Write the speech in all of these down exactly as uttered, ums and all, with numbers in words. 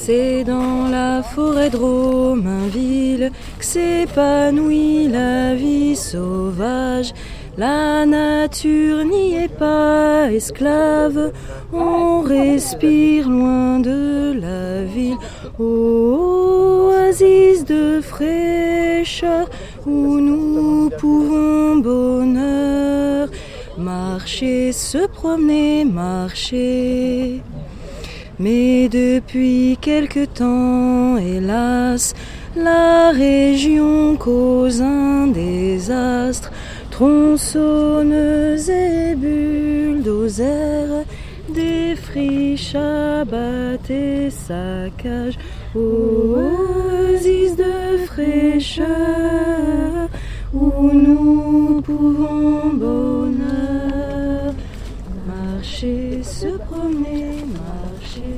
C'est dans la forêt de Romainville que s'épanouit la vie sauvage. La nature n'y est pas esclave, on respire loin de la ville. Oasis de fraîcheur où nous pouvons bonheur marcher, se promener, marcher. Mais depuis quelque temps, hélas, la région cause un désastre. Tronçonneuses et bulldozers défrichent, abattent et saccagent. Oasis de fraîcheur où nous pouvons bonheur marcher, se promener, marcher.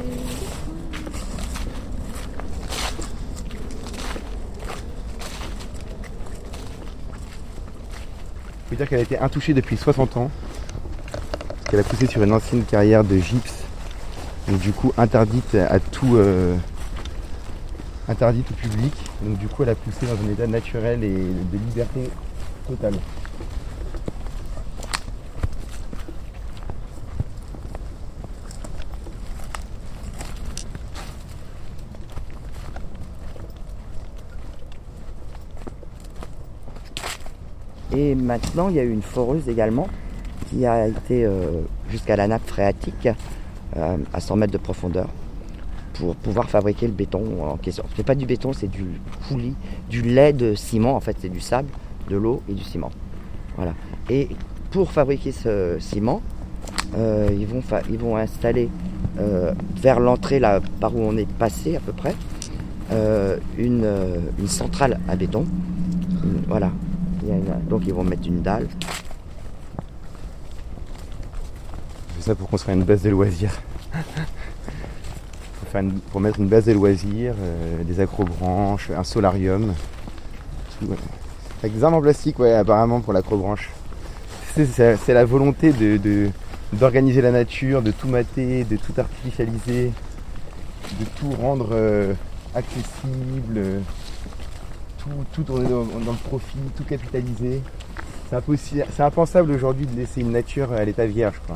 Il faut dire qu'elle a été intouchée depuis soixante ans, qu'elle a poussé sur une ancienne carrière de gypse, donc du coup interdite à tout, euh, interdite au public, donc du coup elle a poussé dans un état naturel et de liberté totale. Et maintenant, il y a eu une foreuse également qui a été euh, jusqu'à la nappe phréatique euh, à cent mètres de profondeur pour pouvoir fabriquer le béton en question. Ce n'est pas du béton, c'est du coulis, du lait de ciment. En fait, c'est du sable, de l'eau et du ciment. Voilà. Et pour fabriquer ce ciment, euh, ils, vont fa- ils vont installer euh, vers l'entrée, là, par où on est passé à peu près, euh, une, euh, une centrale à béton. Une, voilà. Il y a une, donc ils vont mettre une dalle. C'est ça pour construire une base de loisirs. Pour, faire une, pour mettre une base de loisirs, euh, des acrobranches, un solarium. Tout, ouais. Avec des armes en plastique, ouais, apparemment pour l'acrobranche. C'est, c'est, c'est la volonté de, de, d'organiser la nature, de tout mater, de tout artificialiser, de tout rendre euh, accessible. Euh, Tout, tout tourner dans, dans le profit, tout capitaliser. C'est impossible, c'est impensable aujourd'hui de laisser une nature à l'état vierge, quoi.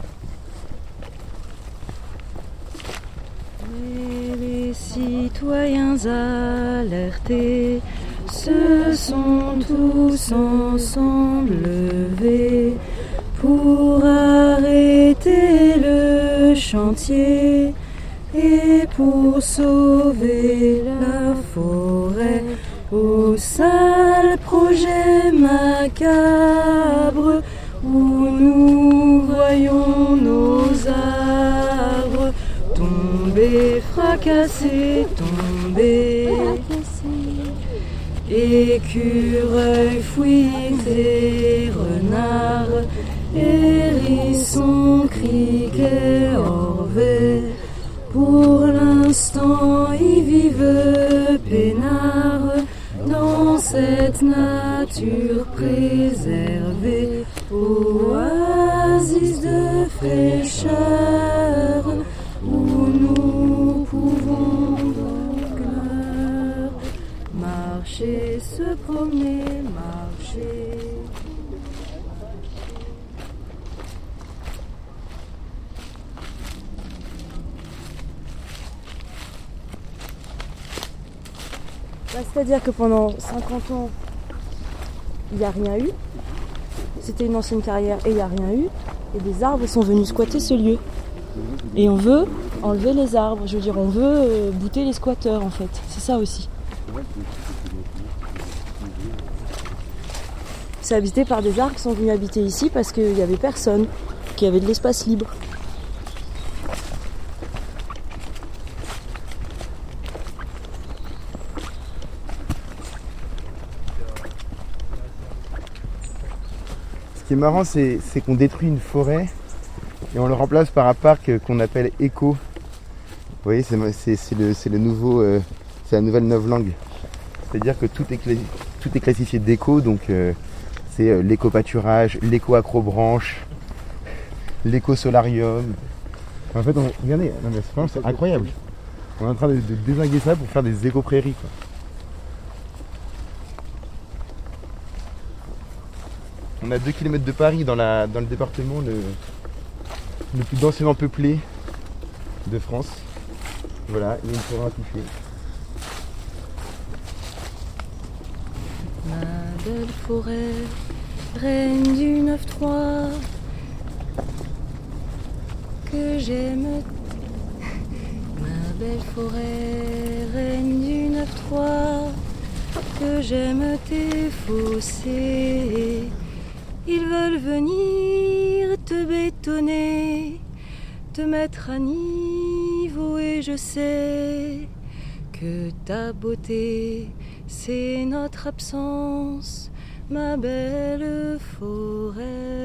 Et les citoyens alertés se sont tous ensemble levés pour arrêter le chantier et pour sauver la forêt. Au sale projet macabre où nous voyons nos arbres tomber, fracassés, tomber. Écureuils, fouines et renards, hérissons, criquets, orvets, pour l'instant y vivent peinards dans cette nature préservée. Oasis de fraîcheur où nous pouvons bonheur marcher, se promener, marcher. C'est-à-dire que pendant cinquante ans, il n'y a rien eu. C'était une ancienne carrière et il n'y a rien eu. Et des arbres sont venus squatter ce lieu. Et on veut enlever les arbres. Je veux dire, on veut euh, bouter les squatteurs en fait. C'est ça aussi. C'est habité par des arbres qui sont venus habiter ici parce qu'il n'y avait personne, qu'il y avait de l'espace libre. Ce qui est marrant, c'est, c'est qu'on détruit une forêt et on le remplace par un parc qu'on appelle éco. Vous voyez, c'est, c'est, c'est, le, c'est le nouveau, euh, c'est la nouvelle novlangue. C'est-à-dire que tout est, cla- tout est classifié d'éco, donc euh, c'est euh, l'éco-pâturage, l'éco-acrobranche, l'éco-solarium. En fait, on, regardez, non, mais c'est, c'est incroyable. On est en train de, de dézinguer ça pour faire des éco-prairies, quoi. On est à deux kilomètres de Paris, dans, la, dans le département le, le plus densément peuplé de France. Voilà, il y a une forêt à toucher. Ma belle forêt, reine du neuf trois, que j'aime. Ma belle forêt, reine du neuf trois, que j'aime tes fossés. Ils veulent venir te bétonner, te mettre à niveau, et je sais que ta beauté, c'est notre absence, ma belle forêt.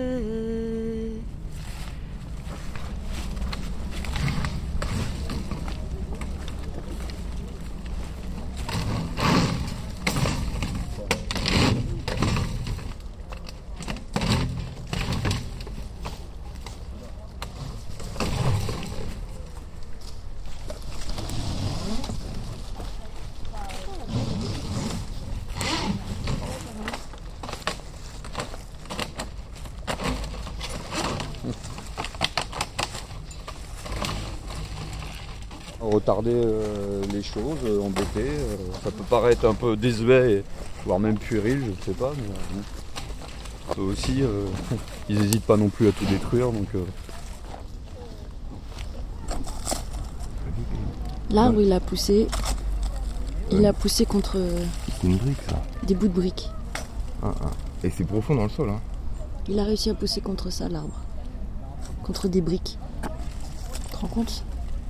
Retarder euh, les choses, euh, embêter, euh, ça peut paraître un peu désuet, et, voire même puéril, je ne sais pas, mais euh, eux aussi, euh, ils n'hésitent pas non plus à tout détruire. Donc, euh... L'arbre, il a poussé, il a poussé contre C'est une brique, ça. des bouts de briques. Ah, ah. Et c'est profond dans le sol, hein. Il a réussi à pousser contre ça, l'arbre, contre des briques. Tu te rends compte ?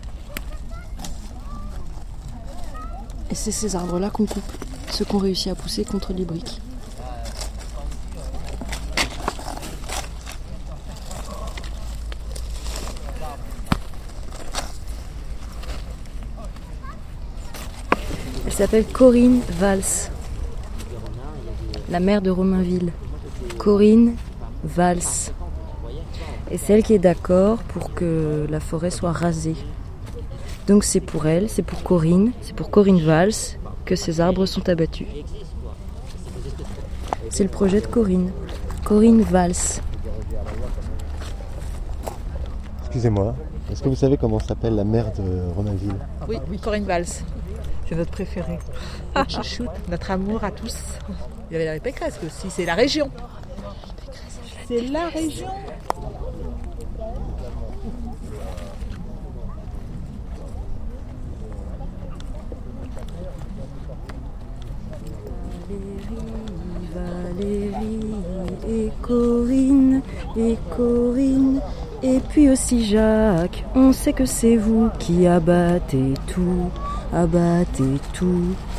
Et c'est ces arbres-là qu'on coupe, ceux qui ont réussi à pousser contre les briques. Elle s'appelle Corinne Valls, la mère de Romainville. Corinne Valls. Et c'est elle qui est d'accord pour que la forêt soit rasée. Donc c'est pour elle, c'est pour Corinne, c'est pour Corinne Valls que ces arbres sont abattus. C'est le projet de Corinne, Corinne Valls. Excusez-moi, est-ce que vous savez comment s'appelle la mère de Romainville ? Oui, Corinne Valls. C'est notre préférée. Notre chouchoute, notre amour à tous. Il y avait la Pécresse aussi, c'est la région. C'est la région. Valérie et Corinne et Corinne et puis aussi Jacques, on sait que c'est vous qui abattez tout, abattez tout.